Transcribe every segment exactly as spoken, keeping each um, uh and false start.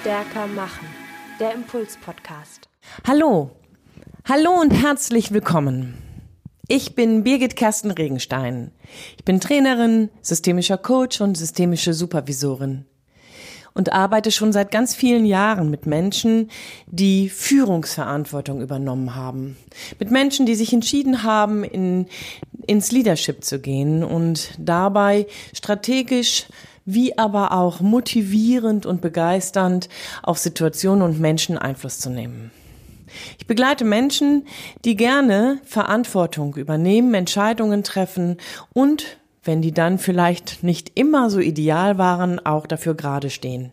Stärker machen, der Impuls-Podcast. Hallo, hallo und herzlich willkommen. Ich bin Birgit Kersten Regenstein. Ich bin Trainerin, systemischer Coach und systemische Supervisorin und arbeite schon seit ganz vielen Jahren mit Menschen, die Führungsverantwortung übernommen haben. Mit Menschen, die sich entschieden haben, in, ins Leadership zu gehen und dabei strategisch wie aber auch motivierend und begeisternd auf Situationen und Menschen Einfluss zu nehmen. Ich begleite Menschen, die gerne Verantwortung übernehmen, Entscheidungen treffen und, wenn die dann vielleicht nicht immer so ideal waren, auch dafür gerade stehen.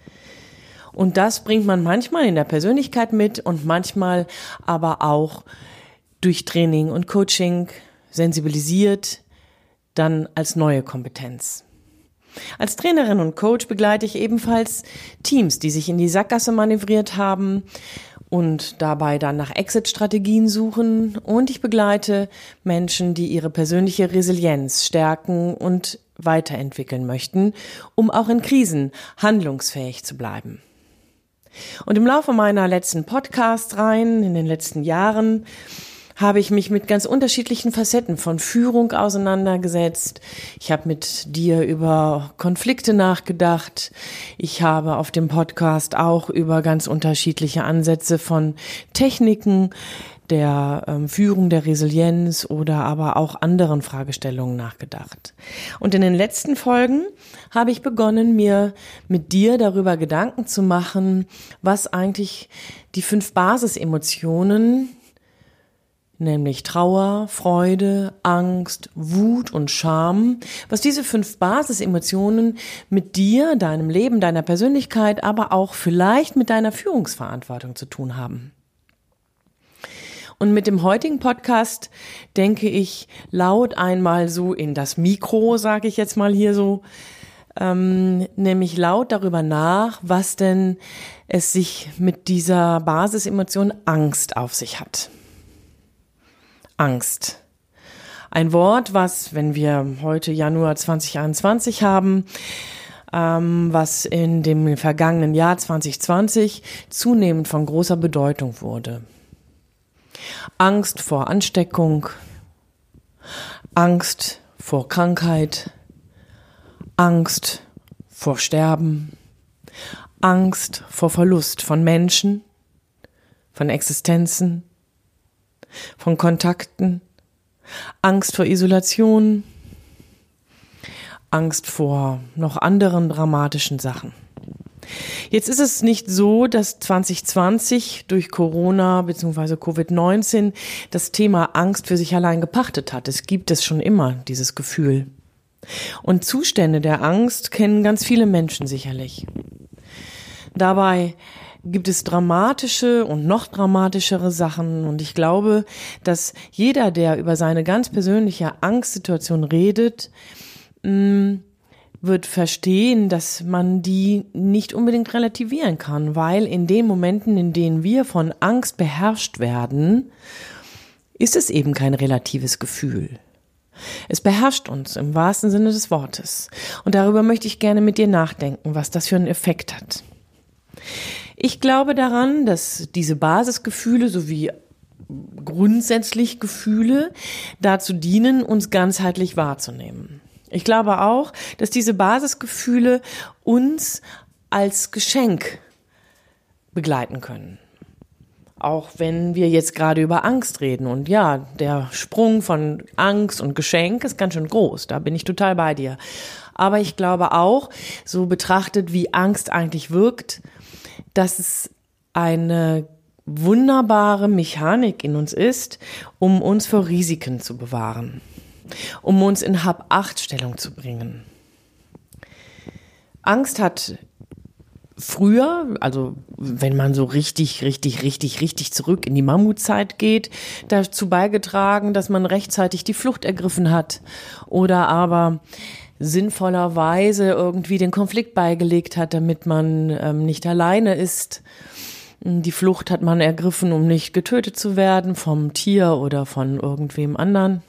Und das bringt man manchmal in der Persönlichkeit mit und manchmal aber auch durch Training und Coaching sensibilisiert, dann als neue Kompetenz. Als Trainerin und Coach begleite ich ebenfalls Teams, die sich in die Sackgasse manövriert haben und dabei dann nach Exit-Strategien suchen. Und ich begleite Menschen, die ihre persönliche Resilienz stärken und weiterentwickeln möchten, um auch in Krisen handlungsfähig zu bleiben. Und im Laufe meiner letzten Podcast-Reihen in den letzten Jahren habe ich mich mit ganz unterschiedlichen Facetten von Führung auseinandergesetzt. Ich habe mit dir über Konflikte nachgedacht. Ich habe auf dem Podcast auch über ganz unterschiedliche Ansätze von Techniken der ähm, Führung, der Resilienz oder aber auch anderen Fragestellungen nachgedacht. Und in den letzten Folgen habe ich begonnen, mir mit dir darüber Gedanken zu machen, was eigentlich die fünf Basisemotionen, nämlich Trauer, Freude, Angst, Wut und Scham, was diese fünf Basisemotionen mit dir, deinem Leben, deiner Persönlichkeit, aber auch vielleicht mit deiner Führungsverantwortung zu tun haben. Und mit dem heutigen Podcast denke ich laut einmal so in das Mikro, sage ich jetzt mal hier so, ähm, nämlich laut darüber nach, was denn es sich mit dieser Basisemotion Angst auf sich hat. Angst. Ein Wort, was, wenn wir heute Januar zwanzig einundzwanzig haben, ähm, was in dem vergangenen Jahr zwanzig zwanzig zunehmend von großer Bedeutung wurde. Angst vor Ansteckung, Angst vor Krankheit, Angst vor Sterben, Angst vor Verlust von Menschen, von Existenzen, von Kontakten, Angst vor Isolation, Angst vor noch anderen dramatischen Sachen. Jetzt ist es nicht so, dass zwanzig zwanzig durch Corona bzw. Covid neunzehn das Thema Angst für sich allein gepachtet hat. Es gibt es schon immer, dieses Gefühl. Und Zustände der Angst kennen ganz viele Menschen sicherlich. Dabei gibt es dramatische und noch dramatischere Sachen und ich glaube, dass jeder, der über seine ganz persönliche Angstsituation redet, wird verstehen, dass man die nicht unbedingt relativieren kann, weil in den Momenten, in denen wir von Angst beherrscht werden, ist es eben kein relatives Gefühl. Es beherrscht uns im wahrsten Sinne des Wortes und darüber möchte ich gerne mit dir nachdenken, was das für einen Effekt hat. Ich glaube daran, dass diese Basisgefühle sowie grundsätzlich Gefühle dazu dienen, uns ganzheitlich wahrzunehmen. Ich glaube auch, dass diese Basisgefühle uns als Geschenk begleiten können. Auch wenn wir jetzt gerade über Angst reden. Und ja, der Sprung von Angst und Geschenk ist ganz schön groß. Da bin ich total bei dir. Aber ich glaube auch, so betrachtet, wie Angst eigentlich wirkt, dass es eine wunderbare Mechanik in uns ist, um uns vor Risiken zu bewahren, um uns in Hab-Acht-Stellung zu bringen. Angst hat früher, also wenn man so richtig, richtig, richtig, richtig zurück in die Mammutzeit geht, dazu beigetragen, dass man rechtzeitig die Flucht ergriffen hat oder aber sinnvollerweise irgendwie den Konflikt beigelegt hat, damit man ähm, nicht alleine ist. Die Flucht hat man ergriffen, um nicht getötet zu werden vom Tier oder von irgendwem anderen.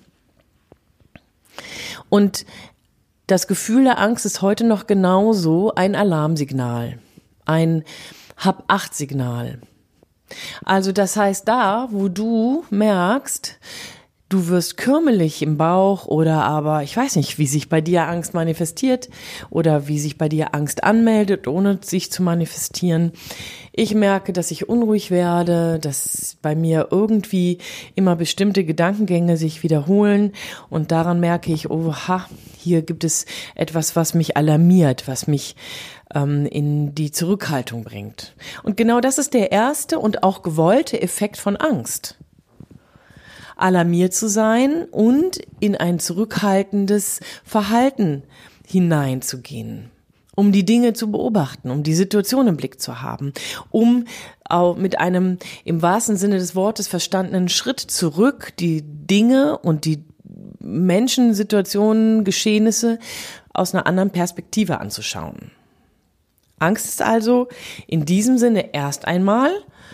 Und das Gefühl der Angst ist heute noch genauso ein Alarmsignal. ein Hab-Acht-Signal. Also das heißt, da, wo du merkst, du wirst kürmelig im Bauch oder aber, ich weiß nicht, wie sich bei dir Angst manifestiert oder wie sich bei dir Angst anmeldet, ohne sich zu manifestieren. Ich merke, dass ich unruhig werde, dass bei mir irgendwie immer bestimmte Gedankengänge sich wiederholen und daran merke ich, oha, hier gibt es etwas, was mich alarmiert, was mich ähm, in die Zurückhaltung bringt. Und genau das ist der erste und auch gewollte Effekt von Angst. Alarmiert zu sein und in ein zurückhaltendes Verhalten hineinzugehen, um die Dinge zu beobachten, um die Situation im Blick zu haben, um auch mit einem im wahrsten Sinne des Wortes verstandenen Schritt zurück die Dinge und die Menschen, Situationen, Geschehnisse aus einer anderen Perspektive anzuschauen. Angst ist also in diesem Sinne erst einmal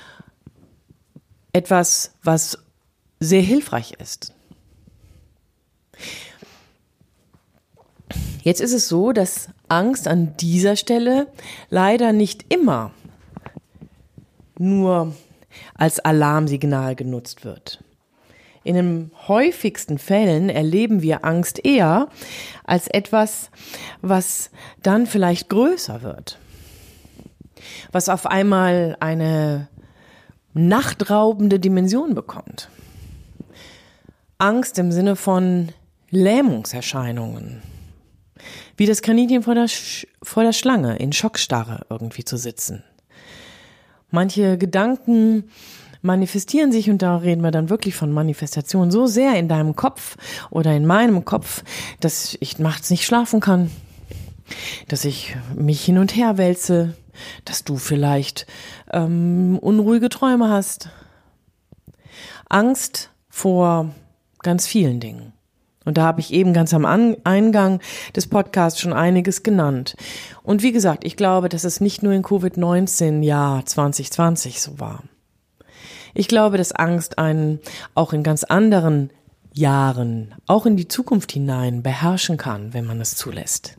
etwas, was sehr hilfreich ist. Jetzt ist es so, dass Angst an dieser Stelle leider nicht immer nur als Alarmsignal genutzt wird. In den häufigsten Fällen erleben wir Angst eher als etwas, was dann vielleicht größer wird, was auf einmal eine nachtraubende Dimension bekommt. Angst im Sinne von Lähmungserscheinungen. Wie das Kaninchen vor der, Sch- vor der Schlange in Schockstarre irgendwie zu sitzen. Manche Gedanken manifestieren sich, und da reden wir dann wirklich von Manifestation, so sehr in deinem Kopf oder in meinem Kopf, dass ich nachts nicht schlafen kann, dass ich mich hin und her wälze, dass du vielleicht ähm, unruhige Träume hast. Angst vor ganz vielen Dingen. Und da habe ich eben ganz am Eingang des Podcasts schon einiges genannt. Und wie gesagt, ich glaube, dass es nicht nur in Covid neunzehn Jahr zwanzig zwanzig so war. Ich glaube, dass Angst einen auch in ganz anderen Jahren, auch in die Zukunft hinein beherrschen kann, wenn man es zulässt.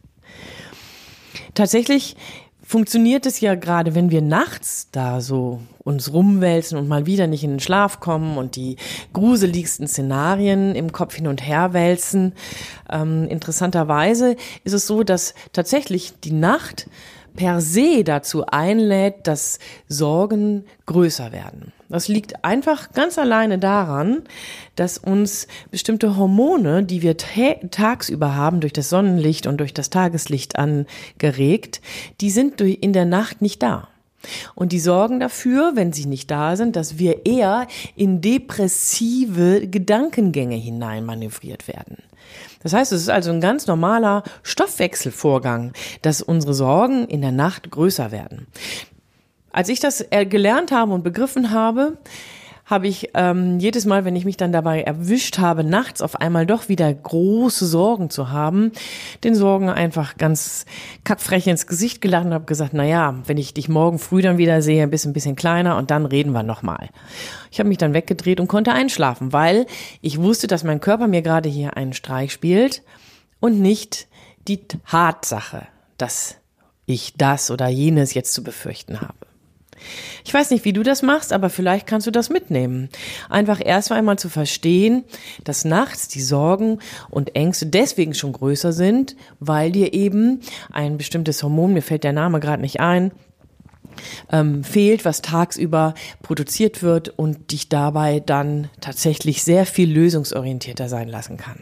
Tatsächlich funktioniert es ja gerade, wenn wir nachts da so uns rumwälzen und mal wieder nicht in den Schlaf kommen und die gruseligsten Szenarien im Kopf hin und her wälzen. Ähm, interessanterweise ist es so, dass tatsächlich die Nacht per se dazu einlädt, dass Sorgen größer werden. Das liegt einfach ganz alleine daran, dass uns bestimmte Hormone, die wir ta- tagsüber haben, durch das Sonnenlicht und durch das Tageslicht angeregt, die sind durch, in der Nacht nicht da. Und die sorgen dafür, wenn sie nicht da sind, dass wir eher in depressive Gedankengänge hineinmanövriert werden. Das heißt, es ist also ein ganz normaler Stoffwechselvorgang, dass unsere Sorgen in der Nacht größer werden. Als ich das gelernt habe und begriffen habe, habe ich ähm, jedes Mal, wenn ich mich dann dabei erwischt habe, nachts auf einmal doch wieder große Sorgen zu haben, den Sorgen einfach ganz kackfrech ins Gesicht gelacht und habe gesagt, na ja, wenn ich dich morgen früh dann wieder sehe, bist ein bisschen kleiner und dann reden wir nochmal. Ich habe mich dann weggedreht und konnte einschlafen, weil ich wusste, dass mein Körper mir gerade hier einen Streich spielt und nicht die Tatsache, dass ich das oder jenes jetzt zu befürchten habe. Ich weiß nicht, wie du das machst, aber vielleicht kannst du das mitnehmen. Einfach erst einmal zu verstehen, dass nachts die Sorgen und Ängste deswegen schon größer sind, weil dir eben ein bestimmtes Hormon, mir fällt der Name gerade nicht ein, ähm, fehlt, was tagsüber produziert wird und dich dabei dann tatsächlich sehr viel lösungsorientierter sein lassen kann.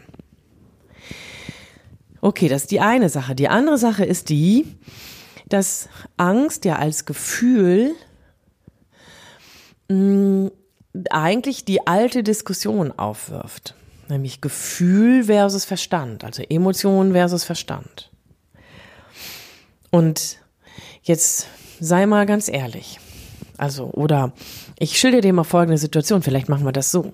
Okay, das ist die eine Sache. Die andere Sache ist die, dass Angst ja als Gefühl mh, eigentlich die alte Diskussion aufwirft, nämlich Gefühl versus Verstand, also Emotion versus Verstand. Und jetzt sei mal ganz ehrlich, also oder ich schilder dir mal folgende Situation, vielleicht machen wir das so.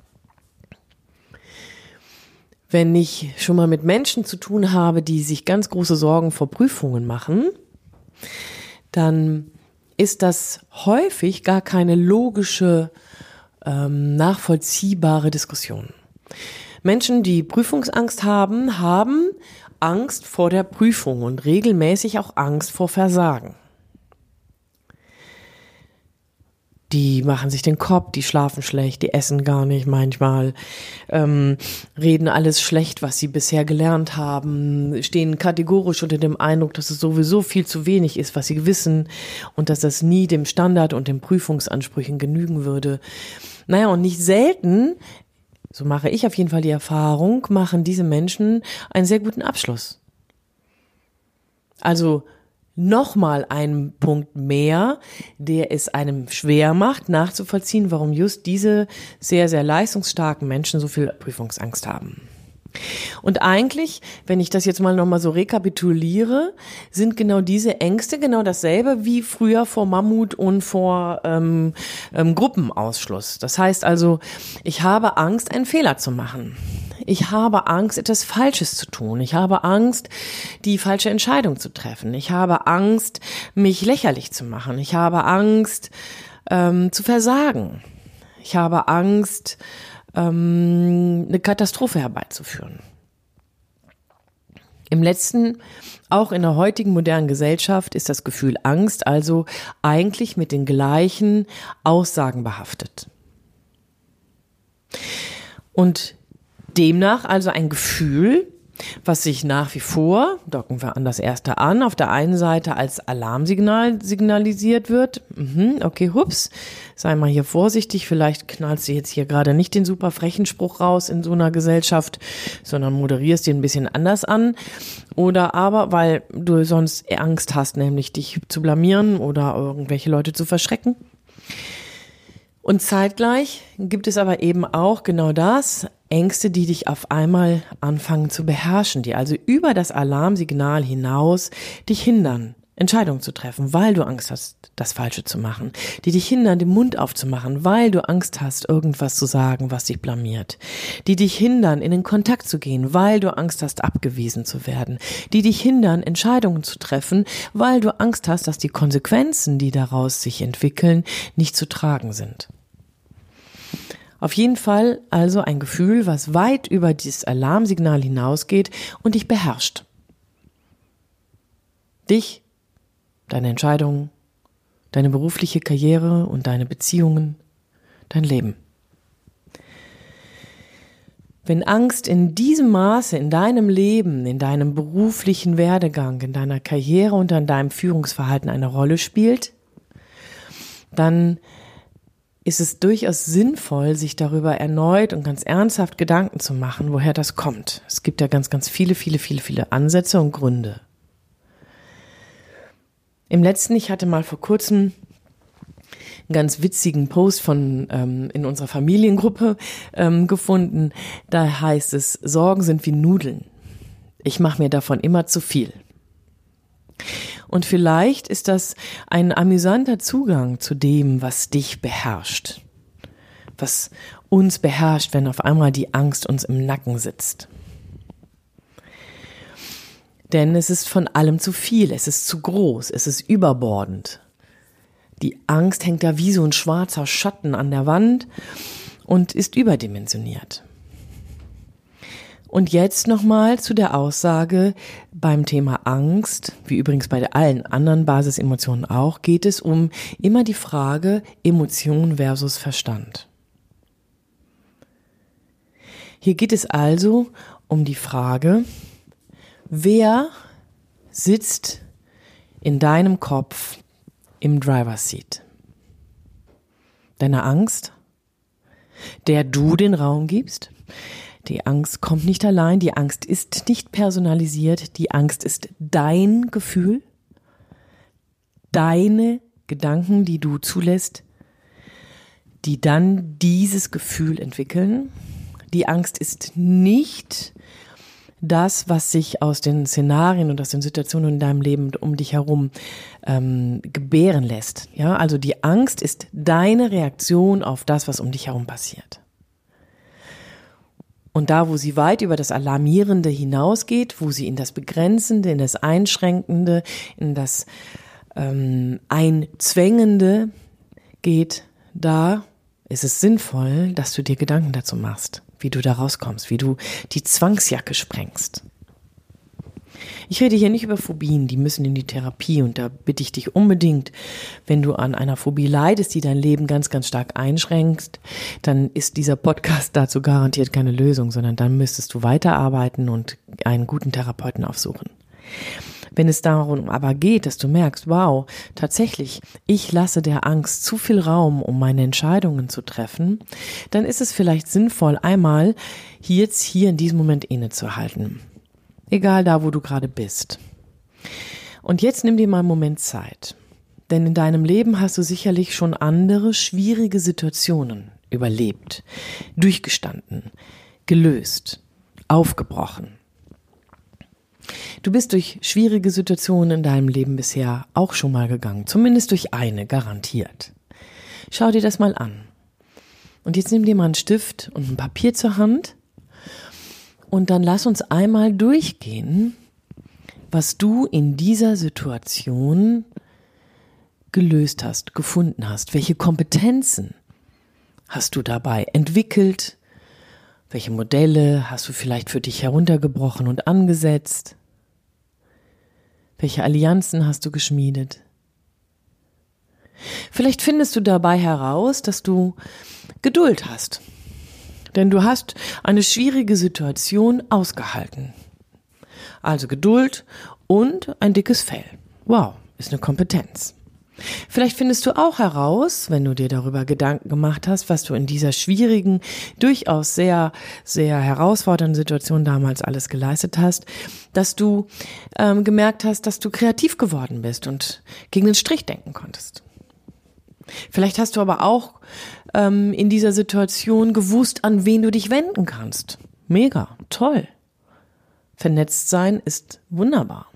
Wenn ich schon mal mit Menschen zu tun habe, die sich ganz große Sorgen vor Prüfungen machen, dann ist das häufig gar keine logische, ähm, nachvollziehbare Diskussion. Menschen, die Prüfungsangst haben, haben Angst vor der Prüfung und regelmäßig auch Angst vor Versagen. Die machen sich den Kopf, die schlafen schlecht, die essen gar nicht manchmal, ähm, reden alles schlecht, was sie bisher gelernt haben, stehen kategorisch unter dem Eindruck, dass es sowieso viel zu wenig ist, was sie wissen und dass das nie dem Standard und den Prüfungsansprüchen genügen würde. Naja, und nicht selten, so mache ich auf jeden Fall die Erfahrung, machen diese Menschen einen sehr guten Abschluss. Also nochmal einen Punkt mehr, der es einem schwer macht, nachzuvollziehen, warum just diese sehr, sehr leistungsstarken Menschen so viel Prüfungsangst haben. Und eigentlich, wenn ich das jetzt mal nochmal so rekapituliere, sind genau diese Ängste genau dasselbe wie früher vor Mammut und vor ähm, ähm, Gruppenausschluss. Das heißt also, ich habe Angst, einen Fehler zu machen. Ich habe Angst, etwas Falsches zu tun. Ich habe Angst, die falsche Entscheidung zu treffen. Ich habe Angst, mich lächerlich zu machen. Ich habe Angst, ähm, zu versagen. Ich habe Angst, ähm, eine Katastrophe herbeizuführen. Im letzten, auch in der heutigen modernen Gesellschaft, ist das Gefühl Angst also eigentlich mit den gleichen Aussagen behaftet. Und demnach also ein Gefühl, was sich nach wie vor, docken wir an das erste an, auf der einen Seite als Alarmsignal signalisiert wird. Mhm, okay, hups, sei mal hier vorsichtig, vielleicht knallst du jetzt hier gerade nicht den super frechen Spruch raus in so einer Gesellschaft, sondern moderierst den ein bisschen anders an. Oder aber, weil du sonst Angst hast, nämlich dich zu blamieren oder irgendwelche Leute zu verschrecken. Und zeitgleich gibt es aber eben auch genau das, Ängste, die dich auf einmal anfangen zu beherrschen, die also über das Alarmsignal hinaus dich hindern, Entscheidungen zu treffen, weil du Angst hast, das Falsche zu machen, die dich hindern, den Mund aufzumachen, weil du Angst hast, irgendwas zu sagen, was dich blamiert, die dich hindern, in den Kontakt zu gehen, weil du Angst hast, abgewiesen zu werden, die dich hindern, Entscheidungen zu treffen, weil du Angst hast, dass die Konsequenzen, die daraus sich entwickeln, nicht zu tragen sind. Auf jeden Fall also ein Gefühl, was weit über dieses Alarmsignal hinausgeht und dich beherrscht. Dich, deine Entscheidungen, deine berufliche Karriere und deine Beziehungen, dein Leben. Wenn Angst in diesem Maße in deinem Leben, in deinem beruflichen Werdegang, in deiner Karriere und in deinem Führungsverhalten eine Rolle spielt, dann ist es durchaus sinnvoll, sich darüber erneut und ganz ernsthaft Gedanken zu machen, woher das kommt. Es gibt ja ganz, ganz viele, viele, viele, viele Ansätze und Gründe. Im letzten, ich hatte mal vor kurzem einen ganz witzigen Post von ähm, in unserer Familiengruppe ähm, gefunden. Da heißt es, Sorgen sind wie Nudeln. Ich mache mir davon immer zu viel. Und vielleicht ist das ein amüsanter Zugang zu dem, was dich beherrscht, was uns beherrscht, wenn auf einmal die Angst uns im Nacken sitzt. Denn es ist von allem zu viel, es ist zu groß, es ist überbordend. Die Angst hängt da wie so ein schwarzer Schatten an der Wand und ist überdimensioniert. Und jetzt nochmal zu der Aussage, beim Thema Angst, wie übrigens bei allen anderen Basisemotionen auch, geht es um immer die Frage Emotion versus Verstand. Hier geht es also um die Frage, wer sitzt in deinem Kopf im Driver's Seat? Deine Angst, der du den Raum gibst? Die Angst kommt nicht allein, die Angst ist nicht personalisiert, die Angst ist dein Gefühl, deine Gedanken, die du zulässt, die dann dieses Gefühl entwickeln. Die Angst ist nicht das, was sich aus den Szenarien und aus den Situationen in deinem Leben um dich herum ähm, gebären lässt. Ja, also die Angst ist deine Reaktion auf das, was um dich herum passiert. Und da, wo sie weit über das Alarmierende hinausgeht, wo sie in das Begrenzende, in das Einschränkende, in das ähm, Einzwängende geht, da ist es sinnvoll, dass du dir Gedanken dazu machst, wie du da rauskommst, wie du die Zwangsjacke sprengst. Ich rede hier nicht über Phobien, die müssen in die Therapie und da bitte ich dich unbedingt, wenn du an einer Phobie leidest, die dein Leben ganz, ganz stark einschränkt, dann ist dieser Podcast dazu garantiert keine Lösung, sondern dann müsstest du weiterarbeiten und einen guten Therapeuten aufsuchen. Wenn es darum aber geht, dass du merkst, wow, tatsächlich, ich lasse der Angst zu viel Raum, um meine Entscheidungen zu treffen, dann ist es vielleicht sinnvoll, einmal jetzt hier in diesem Moment innezuhalten. Egal da, wo du gerade bist. Und jetzt nimm dir mal einen Moment Zeit. Denn in deinem Leben hast du sicherlich schon andere schwierige Situationen überlebt, durchgestanden, gelöst, aufgebrochen. Du bist durch schwierige Situationen in deinem Leben bisher auch schon mal gegangen, zumindest durch eine, garantiert. Schau dir das mal an. Und jetzt nimm dir mal einen Stift und ein Papier zur Hand und dann lass uns einmal durchgehen, was du in dieser Situation gelöst hast, gefunden hast. Welche Kompetenzen hast du dabei entwickelt? Welche Modelle hast du vielleicht für dich heruntergebrochen und angesetzt? Welche Allianzen hast du geschmiedet? Vielleicht findest du dabei heraus, dass du Geduld hast. Denn du hast eine schwierige Situation ausgehalten. Also Geduld und ein dickes Fell. Wow, ist eine Kompetenz. Vielleicht findest du auch heraus, wenn du dir darüber Gedanken gemacht hast, was du in dieser schwierigen, durchaus sehr, sehr herausfordernden Situation damals alles geleistet hast, dass du ähm, gemerkt hast, dass du kreativ geworden bist und gegen den Strich denken konntest. Vielleicht hast du aber auch ähm, in dieser Situation gewusst, an wen du dich wenden kannst. Mega, toll. Vernetzt sein ist wunderbar.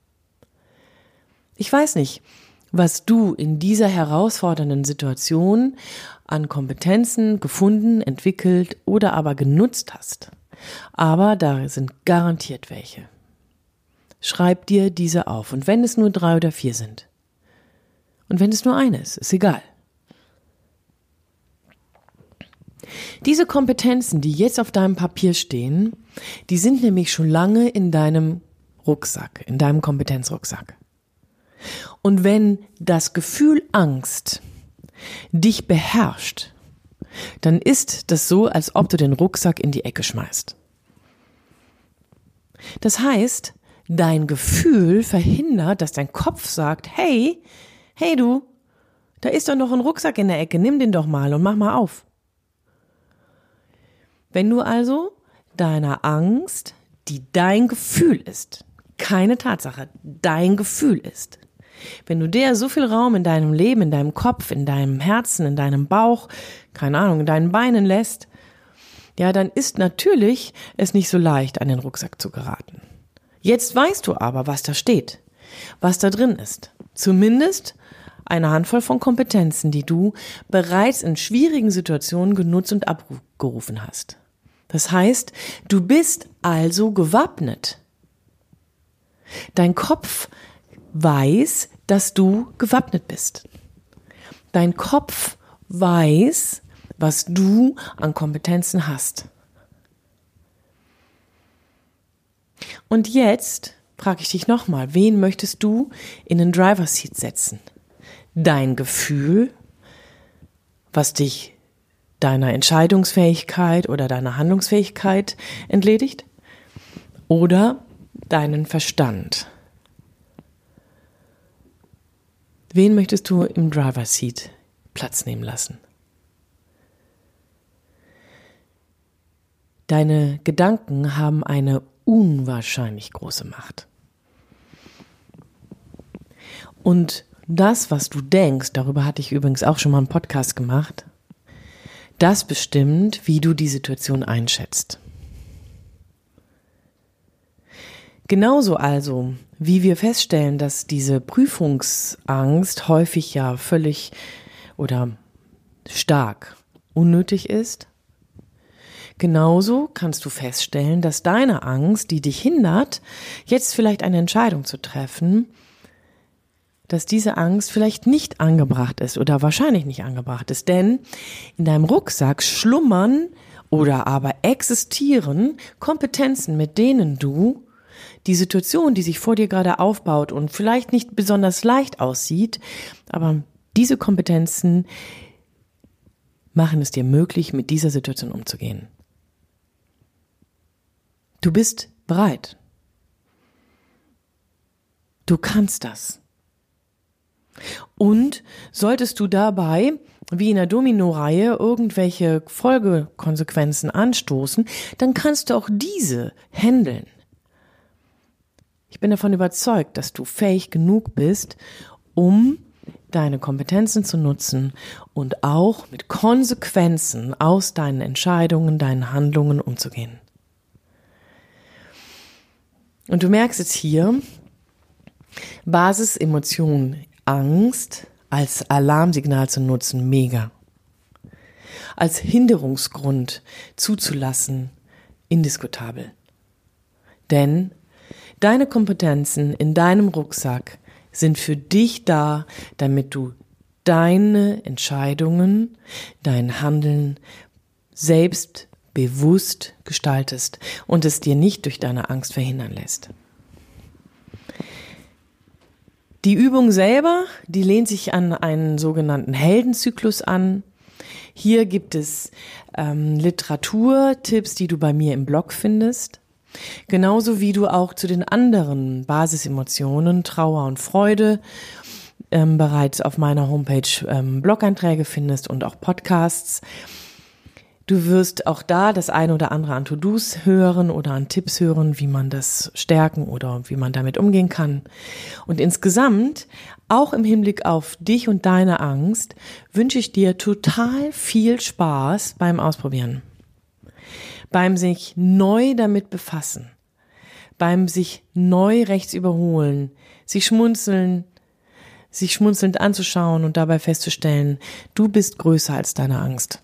Ich weiß nicht, was du in dieser herausfordernden Situation an Kompetenzen gefunden, entwickelt oder aber genutzt hast. Aber da sind garantiert welche. Schreib dir diese auf. Und wenn es nur drei oder vier sind. Und wenn es nur eine ist, ist egal. Diese Kompetenzen, die jetzt auf deinem Papier stehen, die sind nämlich schon lange in deinem Rucksack, in deinem Kompetenzrucksack. Und wenn das Gefühl Angst dich beherrscht, dann ist das so, als ob du den Rucksack in die Ecke schmeißt. Das heißt, dein Gefühl verhindert, dass dein Kopf sagt, hey, hey du, da ist doch noch ein Rucksack in der Ecke, nimm den doch mal und mach mal auf. Wenn du also deiner Angst, die dein Gefühl ist, keine Tatsache, dein Gefühl ist, wenn du der so viel Raum in deinem Leben, in deinem Kopf, in deinem Herzen, in deinem Bauch, keine Ahnung, in deinen Beinen lässt, ja, dann ist natürlich es nicht so leicht, an den Rucksack zu geraten. Jetzt weißt du aber, was da steht, was da drin ist. Zumindest eine Handvoll von Kompetenzen, die du bereits in schwierigen Situationen genutzt und abgerufen hast. Das heißt, du bist also gewappnet. Dein Kopf weiß, dass du gewappnet bist. Dein Kopf weiß, was du an Kompetenzen hast. Und jetzt frage ich dich nochmal, wen möchtest du in den Driver's Seat setzen? Dein Gefühl, was dich deiner Entscheidungsfähigkeit oder deiner Handlungsfähigkeit entledigt? Oder deinen Verstand? Wen möchtest du im Driver's Seat Platz nehmen lassen? Deine Gedanken haben eine unwahrscheinlich große Macht. Und das, was du denkst, darüber hatte ich übrigens auch schon mal einen Podcast gemacht, das bestimmt, wie du die Situation einschätzt. Genauso also, wie wir feststellen, dass diese Prüfungsangst häufig ja völlig oder stark unnötig ist, genauso kannst du feststellen, dass deine Angst, die dich hindert, jetzt vielleicht eine Entscheidung zu treffen, dass diese Angst vielleicht nicht angebracht ist oder wahrscheinlich nicht angebracht ist. Denn in deinem Rucksack schlummern oder aber existieren Kompetenzen, mit denen du die Situation, die sich vor dir gerade aufbaut und vielleicht nicht besonders leicht aussieht, aber diese Kompetenzen machen es dir möglich, mit dieser Situation umzugehen. Du bist bereit. Du kannst das. Und solltest du dabei, wie in der Domino-Reihe, irgendwelche Folgekonsequenzen anstoßen, dann kannst du auch diese handeln. Ich bin davon überzeugt, dass du fähig genug bist, um deine Kompetenzen zu nutzen und auch mit Konsequenzen aus deinen Entscheidungen, deinen Handlungen umzugehen. Und du merkst jetzt hier, Basis, Emotion, Angst als Alarmsignal zu nutzen, mega. Als Hinderungsgrund zuzulassen, indiskutabel. Denn deine Kompetenzen in deinem Rucksack sind für dich da, damit du deine Entscheidungen, dein Handeln selbst bewusst gestaltest und es dir nicht durch deine Angst verhindern lässt. Die Übung selber, die lehnt sich an einen sogenannten Heldenzyklus an. Hier gibt es ähm, Literaturtipps, die du bei mir im Blog findest. Genauso wie du auch zu den anderen Basisemotionen, Trauer und Freude, ähm, bereits auf meiner Homepage ähm, Blog-Einträge findest und auch Podcasts. Du wirst auch da das eine oder andere an To-Dos hören oder an Tipps hören, wie man das stärken oder wie man damit umgehen kann. Und insgesamt, auch im Hinblick auf dich und deine Angst, wünsche ich dir total viel Spaß beim Ausprobieren. Beim sich neu damit befassen, beim sich neu rechts überholen, sich schmunzeln, sich schmunzelnd anzuschauen und dabei festzustellen, du bist größer als deine Angst.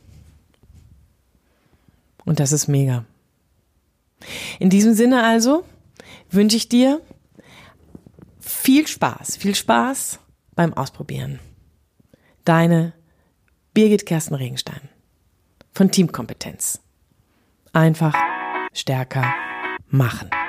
Und das ist mega. In diesem Sinne also wünsche ich dir viel Spaß, viel Spaß beim Ausprobieren. Deine Birgit Kersten Regenstein von Teamkompetenz. Einfach stärker machen.